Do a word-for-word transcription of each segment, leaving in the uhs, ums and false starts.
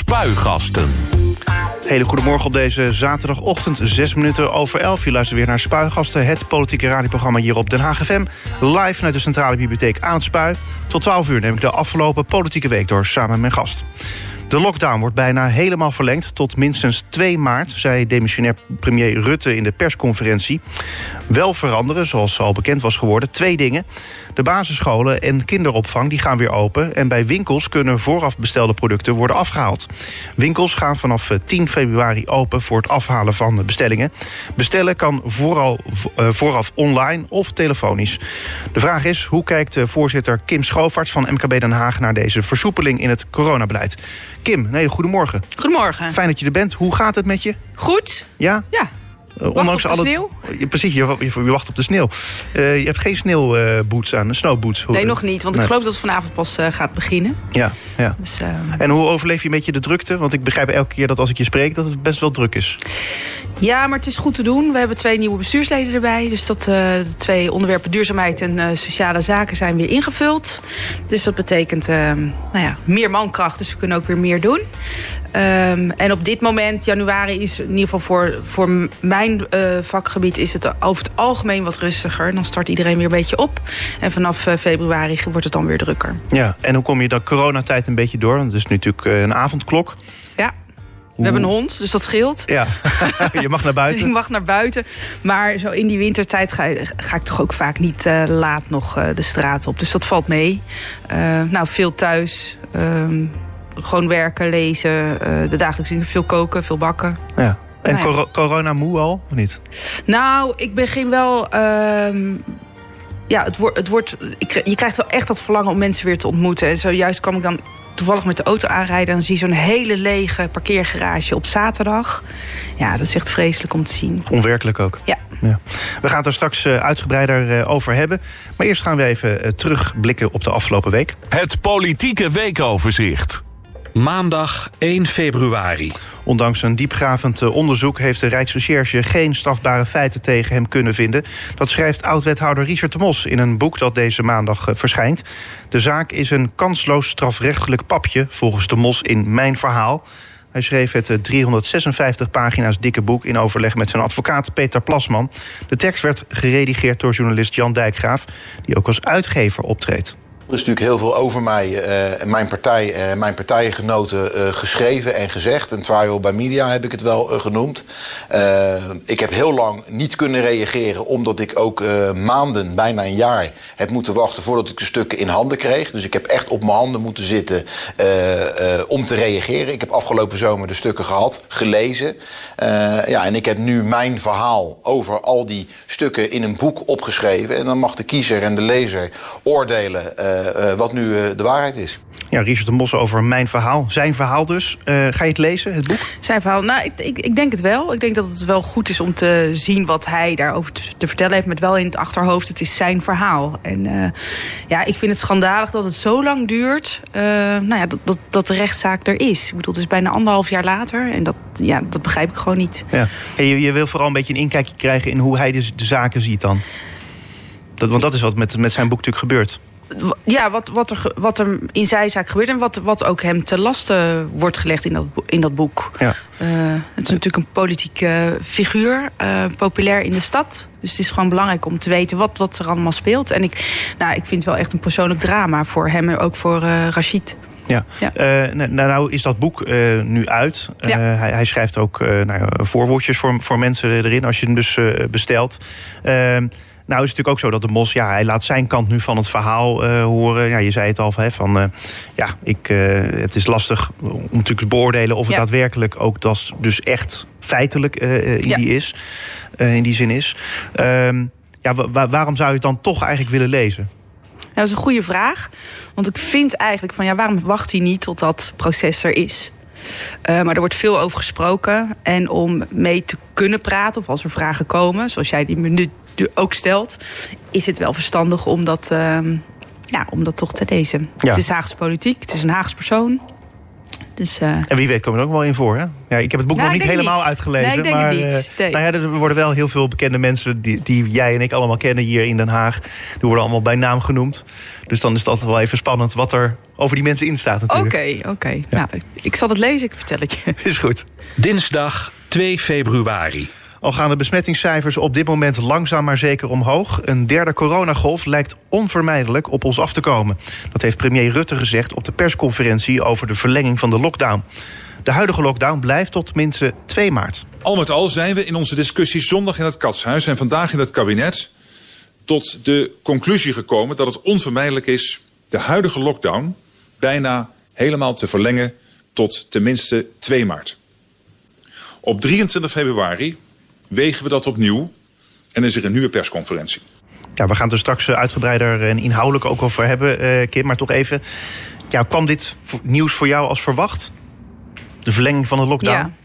Spuigasten. Hele goedemorgen op deze zaterdagochtend, zes minuten over elf. Je luistert weer naar Spuigasten, het politieke radioprogramma hier op Den Haag F M. Live vanuit de Centrale Bibliotheek aan het Spui. Tot twaalf uur neem ik de afgelopen politieke week door samen met mijn gast. De lockdown wordt bijna helemaal verlengd tot minstens twee maart... zei demissionair premier Rutte in de persconferentie. Wel veranderen, zoals al bekend was geworden, twee dingen. De basisscholen en kinderopvang die gaan weer open... en bij winkels kunnen vooraf bestelde producten worden afgehaald. Winkels gaan vanaf tien februari open voor het afhalen van bestellingen. Bestellen kan vooral vooraf online of telefonisch. De vraag is, hoe kijkt voorzitter Kim Schoofarts van M K B Den Haag... naar deze versoepeling in het coronabeleid? Kim, nee, goedemorgen. Goedemorgen. Fijn dat je er bent. Hoe gaat het met je? Goed. Ja? Ja. Uh, wacht op de alle... sneeuw? Ja, precies, je, je, je wacht op de sneeuw. Uh, je hebt geen sneeuwboots aan, snowboots. Nee, nog niet, want nee. ik geloof dat het vanavond pas uh, gaat beginnen. Ja, ja. Dus, uh... En hoe overleef je een beetje de drukte? Want ik begrijp elke keer dat als ik je spreek dat het best wel druk is. Ja, maar het is goed te doen. We hebben twee nieuwe bestuursleden erbij. Dus dat uh, de twee onderwerpen duurzaamheid en uh, sociale zaken zijn weer ingevuld. Dus dat betekent uh, nou ja, meer mankracht, dus we kunnen ook weer meer doen. Um, en op dit moment, januari, is in ieder geval voor, voor mijn uh, vakgebied... is het over het algemeen wat rustiger. Dan start iedereen weer een beetje op. En vanaf uh, februari wordt het dan weer drukker. Ja, en hoe kom je dan coronatijd een beetje door? Want het is natuurlijk uh, een avondklok. Ja. We hebben een hond, dus dat scheelt. Ja, je mag naar buiten. Ik mag naar buiten. Maar zo in die wintertijd ga, ga ik toch ook vaak niet uh, laat nog uh, de straat op. Dus dat valt mee. Uh, nou, veel thuis. Uh, gewoon werken, lezen. Uh, de dagelijkse dingen. Veel koken, veel bakken. Ja. En nou ja. cor- corona moe al, of niet? Nou, ik begin wel... Uh, ja, het wordt, het wordt, ik, je krijgt wel echt dat verlangen om mensen weer te ontmoeten. En zojuist kwam ik dan... toevallig met de auto aanrijden... en dan zie je zo'n hele lege parkeergarage op zaterdag. Ja, dat is echt vreselijk om te zien. Onwerkelijk ook. Ja. ja. We gaan het er straks uh, uitgebreider uh, over hebben. Maar eerst gaan we even uh, terugblikken op de afgelopen week. Het politieke weekoverzicht. Maandag één februari. Ondanks een diepgravend onderzoek heeft de Rijksrecherche geen strafbare feiten tegen hem kunnen vinden. Dat schrijft oud-wethouder Richard de Mos in een boek dat deze maandag verschijnt. De zaak is een kansloos strafrechtelijk papje, volgens de Mos in Mijn Verhaal. Hij schreef het driehonderdzesenvijftig pagina's dikke boek in overleg met zijn advocaat Peter Plasman. De tekst werd geredigeerd door journalist Jan Dijkgraaf, die ook als uitgever optreedt. Er is natuurlijk heel veel over mij en uh, mijn partij en uh, mijn partijgenoten uh, geschreven en gezegd. En trial by media heb ik het wel uh, genoemd. Uh, ik heb heel lang niet kunnen reageren... omdat ik ook uh, maanden, bijna een jaar, heb moeten wachten... voordat ik de stukken in handen kreeg. Dus ik heb echt op mijn handen moeten zitten uh, uh, om te reageren. Ik heb afgelopen zomer de stukken gehad, gelezen. Uh, ja, en ik heb nu mijn verhaal over al die stukken in een boek opgeschreven. En dan mag de kiezer en de lezer oordelen... Uh, Uh, wat nu uh, de waarheid is. Ja, Richard de Mos over Mijn Verhaal. Zijn verhaal dus. Uh, ga je het lezen, het boek? Zijn verhaal? Nou, ik, ik, ik denk het wel. Ik denk dat het wel goed is om te zien wat hij daarover te, te vertellen heeft. Met wel in het achterhoofd, het is zijn verhaal. En uh, ja, ik vind het schandalig dat het zo lang duurt... Uh, nou ja, dat, dat, dat de rechtszaak er is. Ik bedoel, het is bijna anderhalf jaar later. En dat, ja, dat begrijp ik gewoon niet. Ja. En je, je wil vooral een beetje een inkijkje krijgen... in hoe hij de, de zaken ziet dan. Dat, want dat is wat met, met zijn boek natuurlijk gebeurt. Ja, wat, wat, er, wat er in zijn zaak gebeurt... en wat, wat ook hem te laste wordt gelegd in dat, in dat boek. Ja. Uh, het is natuurlijk een politieke figuur, uh, populair in de stad. Dus het is gewoon belangrijk om te weten wat, wat er allemaal speelt. En ik, nou, ik vind het wel echt een persoonlijk drama voor hem... en ook voor uh, Rachid. Ja, ja. Uh, nou, nou is dat boek uh, nu uit. Uh, ja. hij, hij schrijft ook uh, nou, voorwoordjes voor, voor mensen erin... als je hem dus uh, bestelt... Uh, Nou is het natuurlijk ook zo dat de Mos, ja, hij laat zijn kant nu van het verhaal uh, horen. Ja, je zei het al, hè, van uh, ja, ik, uh, het is lastig om natuurlijk te beoordelen of het ja. daadwerkelijk ook dat dus echt feitelijk uh, in ja. die is, uh, in die zin is. Uh, ja, wa- waarom zou je het dan toch eigenlijk willen lezen? Ja, dat is een goede vraag. Want ik vind eigenlijk van ja, waarom wacht hij niet tot dat proces er is? Uh, maar er wordt veel over gesproken. En om mee te kunnen praten, of als er vragen komen, zoals jij die nu ook stelt, is het wel verstandig om dat, uh, ja, om dat toch te lezen. Ja. Het is Haagse politiek, het is een Haagse persoon. Dus, uh... En wie weet komen we er ook wel in voor, hè? Ja, ik heb het boek nou, nog niet helemaal niet. uitgelezen. Nee, ik denk maar het niet. Nee. Nou ja, er worden wel heel veel bekende mensen die, die jij en ik allemaal kennen hier in Den Haag. Die worden allemaal bij naam genoemd. Dus dan is het altijd wel even spannend wat er over die mensen in staat natuurlijk. Oké, okay, oké. Okay. Ja. Nou, ik zal het lezen, ik vertel het je. Is goed. Dinsdag twee februari. Al gaan de besmettingscijfers op dit moment langzaam maar zeker omhoog. Een derde coronagolf lijkt onvermijdelijk op ons af te komen. Dat heeft premier Rutte gezegd op de persconferentie over de verlenging van de lockdown. De huidige lockdown blijft tot minstens twee maart. Al met al zijn we in onze discussie zondag in het Katshuis en vandaag in het kabinet tot de conclusie gekomen dat het onvermijdelijk is de huidige lockdown bijna helemaal te verlengen tot tenminste twee maart. Op drieëntwintig februari wegen we dat opnieuw en is er een nieuwe persconferentie. Ja, we gaan het er straks uitgebreider en inhoudelijk ook over hebben, Kim. Maar toch even, ja, kwam dit nieuws voor jou als verwacht? De verlenging van de lockdown? Ja,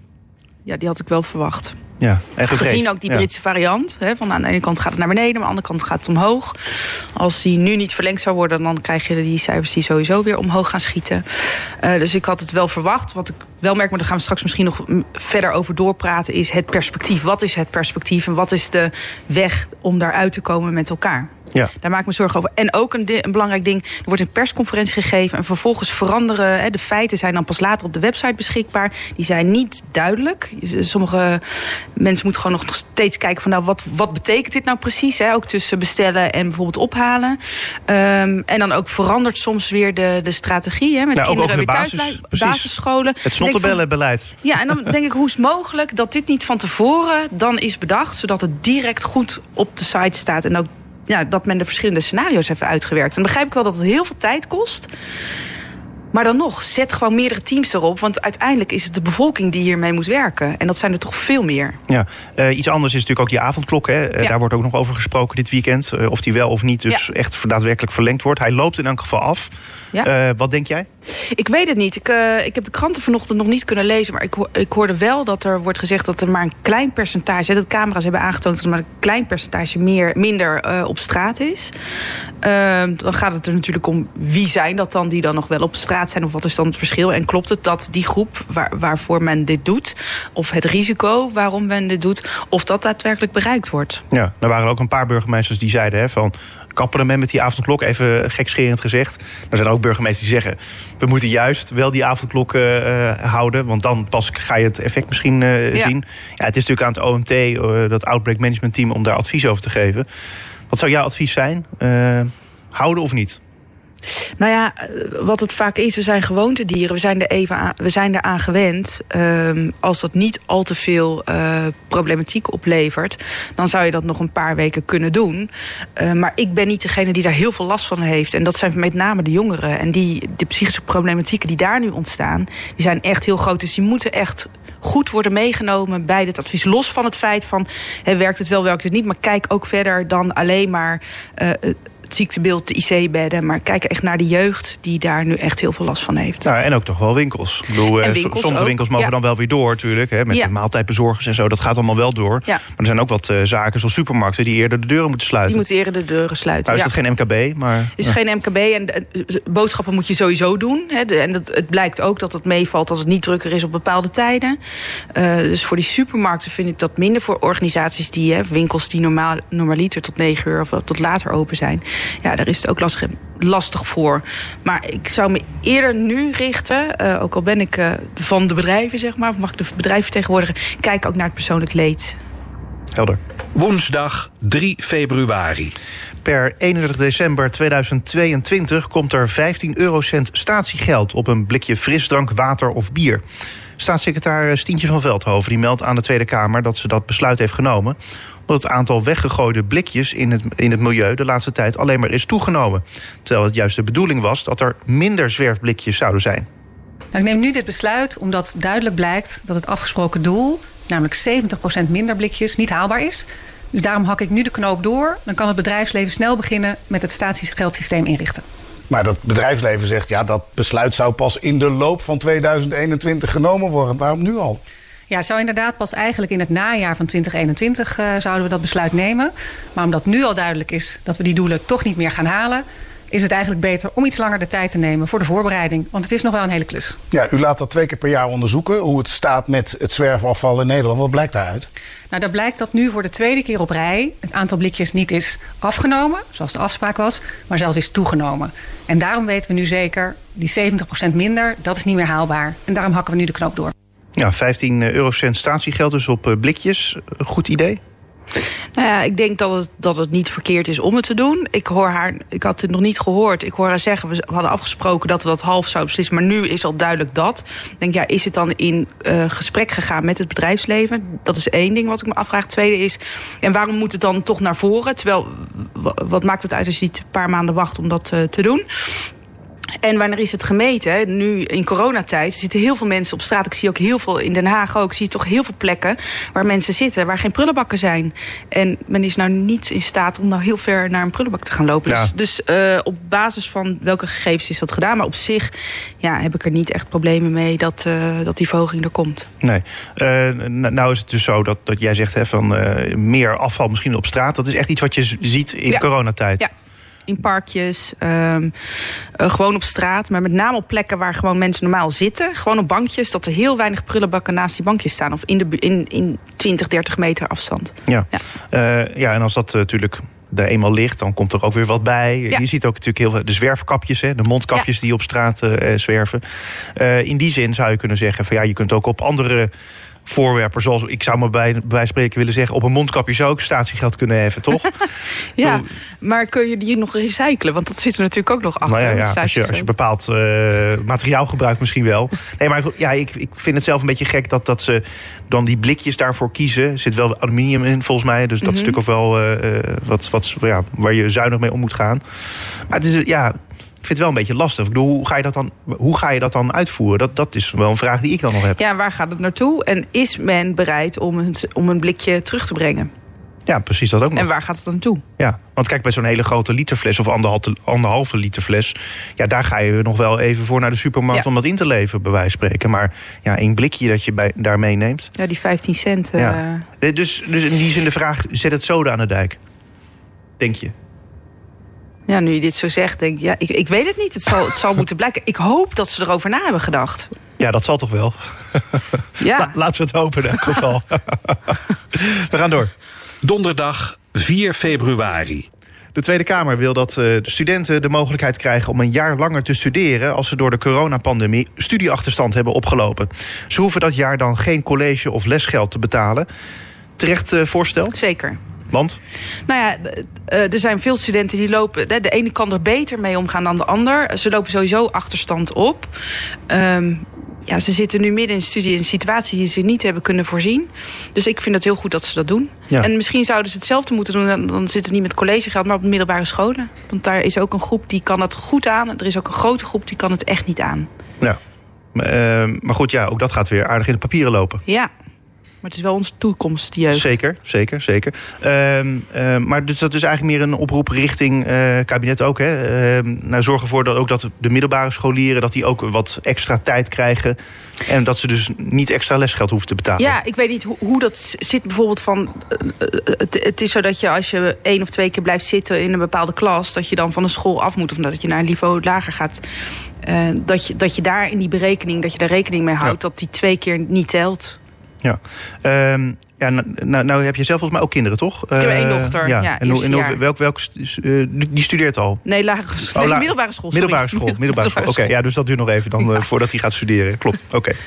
ja die had ik wel verwacht. Ja, en gezien ook die Britse ja. variant. Hè, van aan de ene kant gaat het naar beneden, aan de andere kant gaat het omhoog. Als die nu niet verlengd zou worden, dan krijg je die cijfers die sowieso weer omhoog gaan schieten. Uh, dus ik had het wel verwacht. Wat ik wel merk, maar daar gaan we straks misschien nog verder over doorpraten, is het perspectief. Wat is het perspectief en wat is de weg om daaruit te komen met elkaar? Ja. Daar maak ik me zorgen over. En ook een, een belangrijk ding, er wordt een persconferentie gegeven en vervolgens veranderen. Hè, de feiten zijn dan pas later op de website beschikbaar. Die zijn niet duidelijk. Sommige mensen moeten gewoon nog steeds kijken van nou, wat, wat betekent dit nou precies? Hè? Ook tussen bestellen en bijvoorbeeld ophalen. Um, en dan ook verandert soms weer de, de strategie. Hè, met nou, kinderen ook ook weer basis, thuis blijven, basisscholen. Het snottenbellenbeleid. Ja, en dan denk ik, hoe is het mogelijk dat dit niet van tevoren dan is bedacht, zodat het direct goed op de site staat en ook ja, dat men de verschillende scenario's heeft uitgewerkt. En dan begrijp ik wel dat het heel veel tijd kost. Maar dan nog, zet gewoon meerdere teams erop. Want uiteindelijk is het de bevolking die hiermee moet werken. En dat zijn er toch veel meer. Ja, uh, iets anders is natuurlijk ook die avondklok. Hè. Uh, ja. Daar wordt ook nog over gesproken dit weekend. Uh, of die wel of niet dus ja. echt daadwerkelijk verlengd wordt. Hij loopt in elk geval af. Ja. Uh, wat denk jij? Ik weet het niet. Ik, uh, ik heb de kranten vanochtend nog niet kunnen lezen. Maar ik, ho- ik hoorde wel dat er wordt gezegd dat er maar een klein percentage, dat camera's hebben aangetoond dat er maar een klein percentage meer, minder uh, op straat is. Uh, dan gaat het er natuurlijk om wie zijn dat dan die dan nog wel op straat zijn. Of wat is dan het verschil? En klopt het dat die groep waar, waarvoor men dit doet, of het risico waarom men dit doet, of dat daadwerkelijk bereikt wordt? Ja, er waren ook een paar burgemeesters die zeiden hè, van kappen men met die avondklok, even gekscherend gezegd. Er zijn ook burgemeesters die zeggen, we moeten juist wel die avondklok uh, houden, want dan pas ga je het effect misschien uh, ja. zien. Ja, het is natuurlijk aan het O M T, uh, dat Outbreak Management Team, om daar advies over te geven. Wat zou jouw advies zijn? Uh, houden of niet? Nou ja, wat het vaak is, we zijn gewoontedieren. We zijn er even aan, we zijn eraan gewend. Um, als dat niet al te veel uh, problematiek oplevert, dan zou je dat nog een paar weken kunnen doen. Uh, maar ik ben niet degene die daar heel veel last van heeft. En dat zijn met name de jongeren. En die, de psychische problematieken die daar nu ontstaan, die zijn echt heel groot. Dus die moeten echt goed worden meegenomen bij dit advies. Los van het feit van, he, werkt het wel, werkt het niet. Maar kijk ook verder dan alleen maar Uh, het ziektebeeld, de I C-bedden, maar kijken echt naar de jeugd die daar nu echt heel veel last van heeft. Ja, en ook toch wel winkels. Ik bedoel, en winkels sommige ook. winkels mogen ja. dan wel weer door, natuurlijk, hè, met ja. de maaltijdbezorgers en zo. Dat gaat allemaal wel door. Ja. Maar er zijn ook wat uh, zaken, zoals supermarkten, die eerder de deuren moeten sluiten. Die moeten eerder de deuren sluiten. Nou, is ja. dat geen M K B, maar is ja. geen M K B en uh, boodschappen moet je sowieso doen. Hè, de, en dat, het blijkt ook dat het meevalt als het niet drukker is op bepaalde tijden. Uh, dus voor die supermarkten vind ik dat minder. Voor organisaties die, hè, winkels die normaal normaliter tot negen uur of tot later open zijn. Ja, daar is het ook lastig, lastig voor. Maar ik zou me eerder nu richten, uh, ook al ben ik uh, van de bedrijven, zeg maar, of mag ik de bedrijven vertegenwoordigen, kijk ook naar het persoonlijk leed. Helder. Woensdag drie februari. Per eenendertig december tweeduizend tweeëntwintig komt er vijftien eurocent statiegeld op een blikje frisdrank, water of bier. Staatssecretaris Stientje van Veldhoven die meldt aan de Tweede Kamer dat ze dat besluit heeft genomen omdat het aantal weggegooide blikjes in het, in het milieu de laatste tijd alleen maar is toegenomen. Terwijl het juist de bedoeling was dat er minder zwerfblikjes zouden zijn. Nou, ik neem nu dit besluit omdat duidelijk blijkt dat het afgesproken doel, namelijk zeventig procent minder blikjes, niet haalbaar is. Dus daarom hak ik nu de knoop door. Dan kan het bedrijfsleven snel beginnen met het statiegeldsysteem inrichten. Maar dat bedrijfsleven zegt, ja, dat besluit zou pas in de loop van tweeduizend eenentwintig genomen worden. Waarom nu al? Ja, het zou inderdaad pas eigenlijk in het najaar van twintig eenentwintig uh, zouden we dat besluit nemen. Maar omdat nu al duidelijk is dat we die doelen toch niet meer gaan halen, is het eigenlijk beter om iets langer de tijd te nemen voor de voorbereiding. Want het is nog wel een hele klus. Ja, u laat dat twee keer per jaar onderzoeken. Hoe het staat met het zwerfafval in Nederland. Wat blijkt daaruit? Nou, daar blijkt dat nu voor de tweede keer op rij het aantal blikjes niet is afgenomen, zoals de afspraak was, maar zelfs is toegenomen. En daarom weten we nu zeker, die zeventig procent minder, dat is niet meer haalbaar. En daarom hakken we nu de knoop door. Ja, vijftien eurocent statiegeld dus op blikjes. Goed idee? Nou ja, ik denk dat het, dat het niet verkeerd is om het te doen. Ik hoor haar, ik had het nog niet gehoord. Ik hoor haar zeggen, we hadden afgesproken dat we dat half zouden beslissen. Maar nu is al duidelijk dat. Ik denk, ja, is het dan in uh, gesprek gegaan met het bedrijfsleven? Dat is één ding wat ik me afvraag. Tweede is, en waarom moet het dan toch naar voren? Terwijl, wat maakt het uit als je niet een paar maanden wacht om dat uh, te doen? En wanneer is het gemeten? Nu in coronatijd zitten heel veel mensen op straat. Ik zie ook heel veel in Den Haag ook. Ik zie toch heel veel plekken waar mensen zitten waar geen prullenbakken zijn. En men is nou niet in staat om nou heel ver naar een prullenbak te gaan lopen. Ja. Dus, dus uh, op basis van welke gegevens is dat gedaan? Maar op zich ja, heb ik er niet echt problemen mee dat, uh, dat die verhoging er komt. Nee. Uh, nou is het dus zo dat, dat jij zegt hè, van uh, meer afval misschien op straat. Dat is echt iets wat je ziet in ja. coronatijd. Ja. In parkjes, um, uh, gewoon op straat. Maar met name op plekken waar gewoon mensen normaal zitten. Gewoon op bankjes, dat er heel weinig prullenbakken naast die bankjes staan. Of in, de, in, in twintig, dertig meter afstand. Ja, ja. Uh, ja en als dat natuurlijk er eenmaal ligt, dan komt er ook weer wat bij. Ja. Je ziet ook natuurlijk heel veel de zwerfkapjes, hè, de mondkapjes ja. die op straat uh, zwerven. Uh, in die zin zou je kunnen zeggen van ja, je kunt ook op andere voorwerpen, zoals ik zou maar bij, bij spreken willen zeggen, op een mondkapje zou ook statiegeld kunnen heffen, toch? Ja, maar kun je die nog recyclen? Want dat zit er natuurlijk ook nog achter. Nou ja, ja, als, je, als je bepaald uh, materiaal gebruikt misschien wel. Nee, maar ja, ik, ik vind het zelf een beetje gek dat, dat ze dan die blikjes daarvoor kiezen. Er zit wel aluminium in volgens mij, dus dat mm-hmm. is natuurlijk ook wel uh, wat, wat, ja, waar je zuinig mee om moet gaan. Maar het is, ja, ik vind het wel een beetje lastig. Ik bedoel, hoe ga je dat dan, hoe ga je dat dan uitvoeren? Dat, dat is wel een vraag die ik dan nog heb. Ja, waar gaat het naartoe? En is men bereid om een, om een blikje terug te brengen? Ja, precies, dat ook nog. En waar gaat het dan naartoe? Ja, want kijk, bij zo'n hele grote literfles of anderhalve, anderhalve literfles, ja, daar ga je nog wel even voor naar de supermarkt ja. om dat in te leveren, bij wijze van spreken. Maar ja, één blikje dat je bij, daar meeneemt. Ja, die vijftien cent. Uh... Ja. Dus, dus in die zin de vraag, zet het zoden aan de dijk? Denk je? Ja, nu je dit zo zegt, denk ik, ja, ik, ik weet het niet. Het zal, het zal moeten blijken. Ik hoop dat ze erover na hebben gedacht. Ja, dat zal toch wel. Ja. La, laten we het hopen in elk geval. We gaan door. Donderdag vier februari. De Tweede Kamer wil dat de studenten de mogelijkheid krijgen om een jaar langer te studeren als ze door de coronapandemie studieachterstand hebben opgelopen. Ze hoeven dat jaar dan geen college of lesgeld te betalen. Terecht uh, voorstel? Zeker. Want? Nou ja, er zijn veel studenten die lopen. De ene kan er beter mee omgaan dan de ander. Ze lopen sowieso achterstand op. Um, ja, ze zitten nu midden in studie in een situatie die ze niet hebben kunnen voorzien. Dus ik vind het heel goed dat ze dat doen. Ja. En misschien zouden ze hetzelfde moeten doen. Dan, dan zit het niet met collegegeld, maar op middelbare scholen. Want daar is ook een groep die kan dat goed aan. Er is ook een grote groep die kan het echt niet aan. Ja, maar, uh, maar goed, ja, ook dat gaat weer aardig in de papieren lopen. Ja. Maar het is wel onze toekomst, die jeugd. Zeker, zeker, zeker. Uh, uh, maar dus dat is eigenlijk meer een oproep richting uh, kabinet ook. Hè? Uh, nou, zorg ervoor dat ook dat de middelbare scholieren dat die ook wat extra tijd krijgen. En dat ze dus niet extra lesgeld hoeven te betalen. Ja, ik weet niet hoe, hoe dat zit bijvoorbeeld van. Uh, het, het is zo dat je als je één of twee keer blijft zitten in een bepaalde klas, dat je dan van een school af moet. Of dat je naar een niveau lager gaat. Uh, dat, je, dat je daar in die berekening, dat je daar rekening mee houdt, ja. dat die twee keer niet telt. Ja, um, ja nou, nou heb je zelf volgens mij ook kinderen, toch? Ik heb uh, één dochter, ja, ja En, hoe, en hoe, welk, welk, uh, die studeert al? Nee, lagere school. Nee, oh, la- middelbare school. Sorry. Middelbare school, middelbare school. Oké, okay, ja, dus dat duurt nog even dan, ja. uh, voordat hij gaat studeren. Klopt, oké. Okay.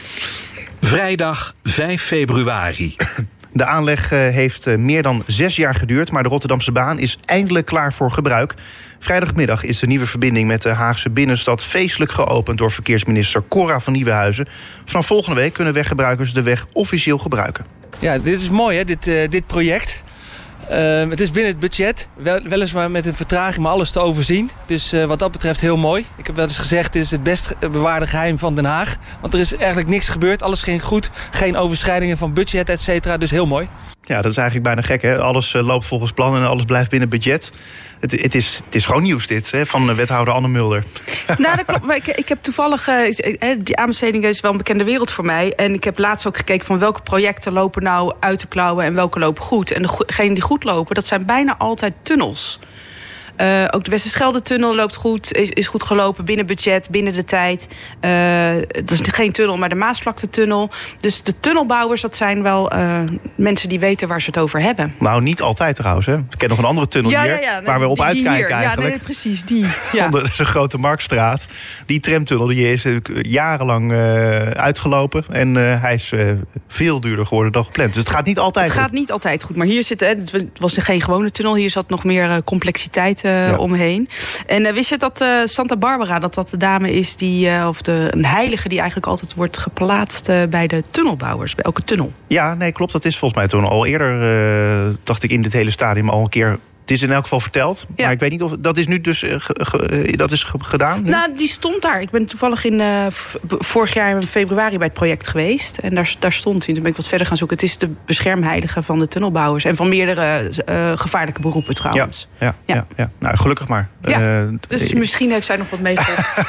Vrijdag vijf februari. De aanleg uh, heeft uh, meer dan zes jaar geduurd, maar de Rotterdamse baan is eindelijk klaar voor gebruik. Vrijdagmiddag is de nieuwe verbinding met de Haagse binnenstad feestelijk geopend door verkeersminister Cora van Nieuwenhuizen. Vanaf volgende week kunnen weggebruikers de weg officieel gebruiken. Ja, dit is mooi, hè, dit, uh, dit project. Uh, het is binnen het budget, wel, weliswaar met een vertraging, maar alles te overzien. Dus uh, wat dat betreft heel mooi. Ik heb wel eens gezegd, dit is het best bewaarde geheim van Den Haag. Want er is eigenlijk niks gebeurd, alles ging goed. Geen overschrijdingen van budget, et cetera. Dus heel mooi. Ja, dat is eigenlijk bijna gek, hè? Alles uh, loopt volgens plan en alles blijft binnen budget. Het, het, is, het is gewoon nieuws dit, hè, van wethouder Anne Mulder. Nou, dat klopt. Maar ik, ik heb toevallig, uh, die aanbesteding is wel een bekende wereld voor mij. En ik heb laatst ook gekeken van welke projecten lopen nou uit de klauwen en welke lopen goed. En degenen die goed lopen, dat zijn bijna altijd tunnels. Uh, ook de Westerschelde-tunnel loopt goed, is, is goed gelopen binnen budget, binnen de tijd. Uh, dat is geen tunnel, maar de Maasvlakte-tunnel. Dus de tunnelbouwers, dat zijn wel uh, mensen die weten waar ze het over hebben. Nou, niet altijd trouwens. Hè. Ik ken nog een andere tunnel ja, hier, ja, ja, nee, waar we op die, uitkijken die eigenlijk. Ja, nee, precies, die. Ja. Dat is een grote Marktstraat. Die tramtunnel die is natuurlijk jarenlang uh, uitgelopen. En uh, hij is uh, veel duurder geworden dan gepland. Dus het gaat niet altijd Het goed. gaat niet altijd goed. Maar hier zit, hè, het was geen gewone tunnel. Hier zat nog meer uh, complexiteit uh, ja. omheen. En uh, wist je dat uh, Santa Barbara, dat dat de dame is die, uh, of de, een heilige die eigenlijk altijd wordt geplaatst uh, bij de tunnelbouwers, bij elke tunnel? Ja, nee, klopt. Dat is volgens mij toen al eerder, uh, dacht ik, in dit hele stadium al een keer. Het is in elk geval verteld, ja. maar ik weet niet of dat is nu dus uh, ge, ge, dat is ge, gedaan. Nu? Nou, die stond daar. Ik ben toevallig in uh, vorig jaar in februari bij het project geweest en daar, daar stond hij. Toen ben ik wat verder gaan zoeken. Het is de beschermheilige van de tunnelbouwers en van meerdere uh, gevaarlijke beroepen trouwens. Ja, ja, ja. ja, ja. Nou, gelukkig maar. Ja, uh, dus uh, misschien heeft zij nog wat meegeholpen.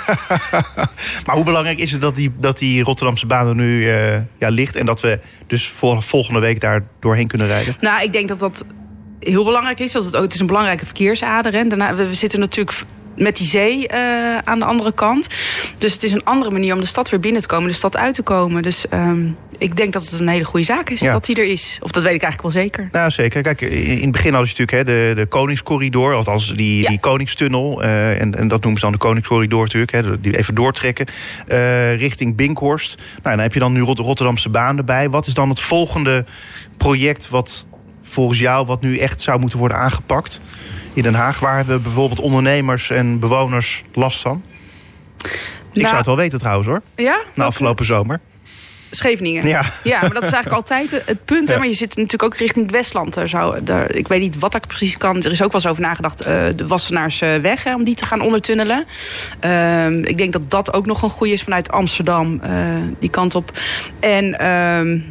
Maar hoe belangrijk is het dat die, dat die Rotterdamse baan er nu uh, ja, ligt en dat we dus voor, volgende week daar doorheen kunnen rijden? Nou, ik denk dat dat heel belangrijk is. Dat het, ook, het is een belangrijke verkeersader. Hè. Daarna, we, we zitten natuurlijk met die zee uh, aan de andere kant. Dus het is een andere manier om de stad weer binnen te komen, de stad uit te komen. Dus um, ik denk dat het een hele goede zaak is ja. dat die er is. Of dat weet ik eigenlijk wel zeker. Nou, zeker. Kijk, in het begin hadden ze natuurlijk hè, de, de Koningscorridor, althans die, ja. die Koningstunnel. Uh, en, en dat noemen ze dan de Koningscorridor natuurlijk. Hè, die even doortrekken uh, richting Binkhorst. Nou, dan heb je dan nu de Rotterdamse baan erbij. Wat is dan het volgende project wat volgens jou wat nu echt zou moeten worden aangepakt in Den Haag? Waar hebben bijvoorbeeld ondernemers en bewoners last van? Nou, ik zou het wel weten trouwens hoor. Ja? Na afgelopen zomer. Scheveningen. Ja. ja, maar dat is eigenlijk altijd het punt. Hè? Ja. Maar je zit natuurlijk ook richting het Westland. Er zou, daar, ik weet niet wat ik precies kan. Er is ook wel eens over nagedacht. Uh, de Wassenaarsweg, hè, om die te gaan ondertunnelen. Uh, ik denk dat dat ook nog een goede is vanuit Amsterdam. Uh, die kant op. En Uh,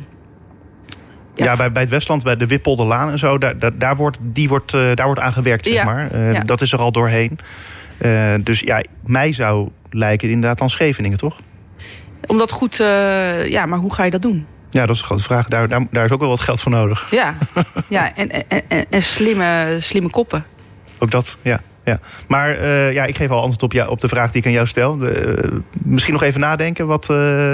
Ja, ja bij, bij het Westland, bij de Wippolderlaan en zo, daar, daar, daar, wordt, die wordt, uh, daar wordt aan gewerkt, zeg ja. maar. Uh, ja. Dat is er al doorheen. Uh, dus ja, mij zou lijken inderdaad aan Scheveningen, toch? Om dat goed, uh, ja, maar hoe ga je dat doen? Ja, dat is een grote vraag. Daar, daar, daar is ook wel wat geld voor nodig. Ja, ja en, en, en, en slimme, slimme koppen. Ook dat, ja. ja. Maar uh, ja, ik geef al antwoord op, ja, op de vraag die ik aan jou stel. Uh, misschien nog even nadenken, wat... Uh...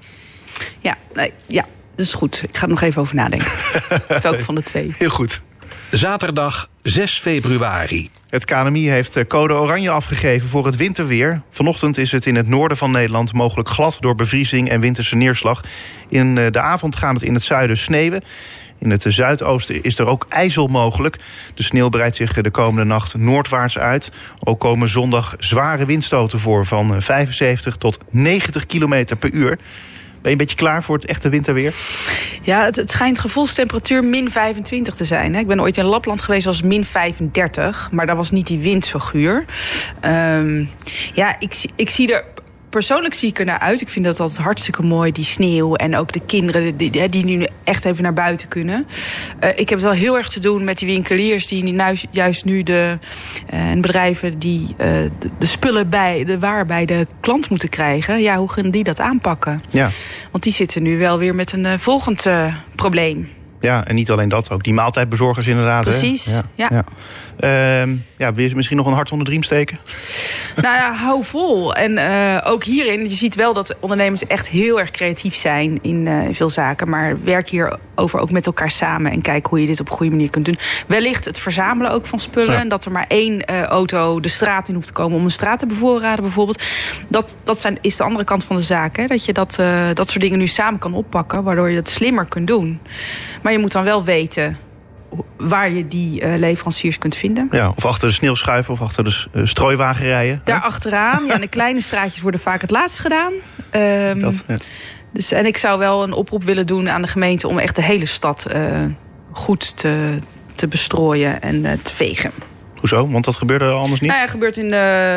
Ja, nee, ja. Dat is goed. Ik ga er nog even over nadenken. Welke van de twee? Heel goed. Zaterdag zes februari. Het K N M I heeft code oranje afgegeven voor het winterweer. Vanochtend is het in het noorden van Nederland mogelijk glad door bevriezing en winterse neerslag. In de avond gaat het in het zuiden sneeuwen. In het zuidoosten is er ook ijzel mogelijk. De sneeuw breidt zich de komende nacht noordwaarts uit. Ook komen zondag zware windstoten voor van vijfenzeventig tot negentig kilometer per uur. Ben je een beetje klaar voor het echte winterweer? Ja, het, het schijnt gevoelstemperatuur min vijfentwintig te zijn. Hè. Ik ben ooit in Lapland geweest, was min vijfendertig. Maar daar was niet die wind zo guur. Um, ja, ik, ik zie er... Persoonlijk zie ik er naar uit. Ik vind dat altijd hartstikke mooi, die sneeuw. En ook de kinderen die, die nu echt even naar buiten kunnen. Uh, ik heb het wel heel erg te doen met die winkeliers die nu, juist nu de uh, en bedrijven die uh, de, de spullen bij de waar bij de klant moeten krijgen. Ja, hoe gaan die dat aanpakken? Ja. Want die zitten nu wel weer met een uh, volgend uh, probleem. Ja, en niet alleen dat, ook die maaltijdbezorgers inderdaad. Precies, hè? ja. ja. ja. Uh, ja, wil je misschien nog een hart onder de riem steken? Nou ja, hou vol. En uh, ook hierin, je ziet wel dat ondernemers echt heel erg creatief zijn in, uh, in veel zaken. Maar werk hierover ook met elkaar samen en kijk hoe je dit op een goede manier kunt doen. Wellicht het verzamelen ook van spullen. Ja. En dat er maar één uh, auto de straat in hoeft te komen om een straat te bevoorraden bijvoorbeeld. Dat, dat zijn, is de andere kant van de zaak. Hè? Dat je dat, uh, dat soort dingen nu samen kan oppakken, waardoor je dat slimmer kunt doen. Maar je moet dan wel weten waar je die uh, leveranciers kunt vinden. Ja, of achter de sneeuwschuiven of achter de uh, strooiwagen rijden. Daar hè? Achteraan. Ja, de kleine straatjes worden vaak het laatst gedaan. Um, dat, ja. dus, en ik zou wel een oproep willen doen aan de gemeente om echt de hele stad uh, goed te, te bestrooien en uh, te vegen. Hoezo? Want dat gebeurde anders niet? Nou ja, gebeurt in de...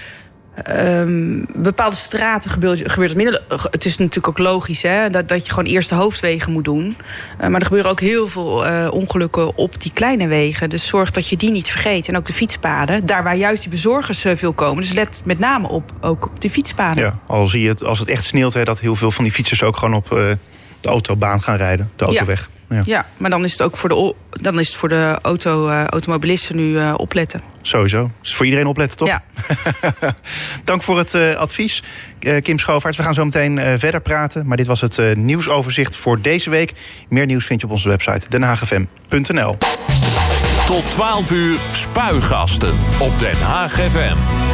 Um, bepaalde straten gebeurt, gebeurt het minder. Het is natuurlijk ook logisch hè, dat, dat je gewoon eerst de hoofdwegen moet doen. Uh, maar er gebeuren ook heel veel uh, ongelukken op die kleine wegen. Dus zorg dat je die niet vergeet. En ook de fietspaden. Daar waar juist die bezorgers uh, veel komen. Dus let met name op, ook op de fietspaden. Ja, al zie je het, als het echt sneeuwt, hè, dat heel veel van die fietsers ook gewoon op uh, de autobaan gaan rijden. De autoweg. Ja. Ja. ja, maar dan is het ook voor de, dan is het voor de auto, uh, automobilisten nu uh, opletten. Sowieso. Dus voor iedereen opletten, toch? Ja. Dank voor het uh, advies, uh, Kim Schoofaerts. We gaan zo meteen uh, verder praten. Maar dit was het uh, nieuwsoverzicht voor deze week. Meer nieuws vind je op onze website den haag f m punt n l. Tot twaalf uur Spuigasten op Den Haag F M.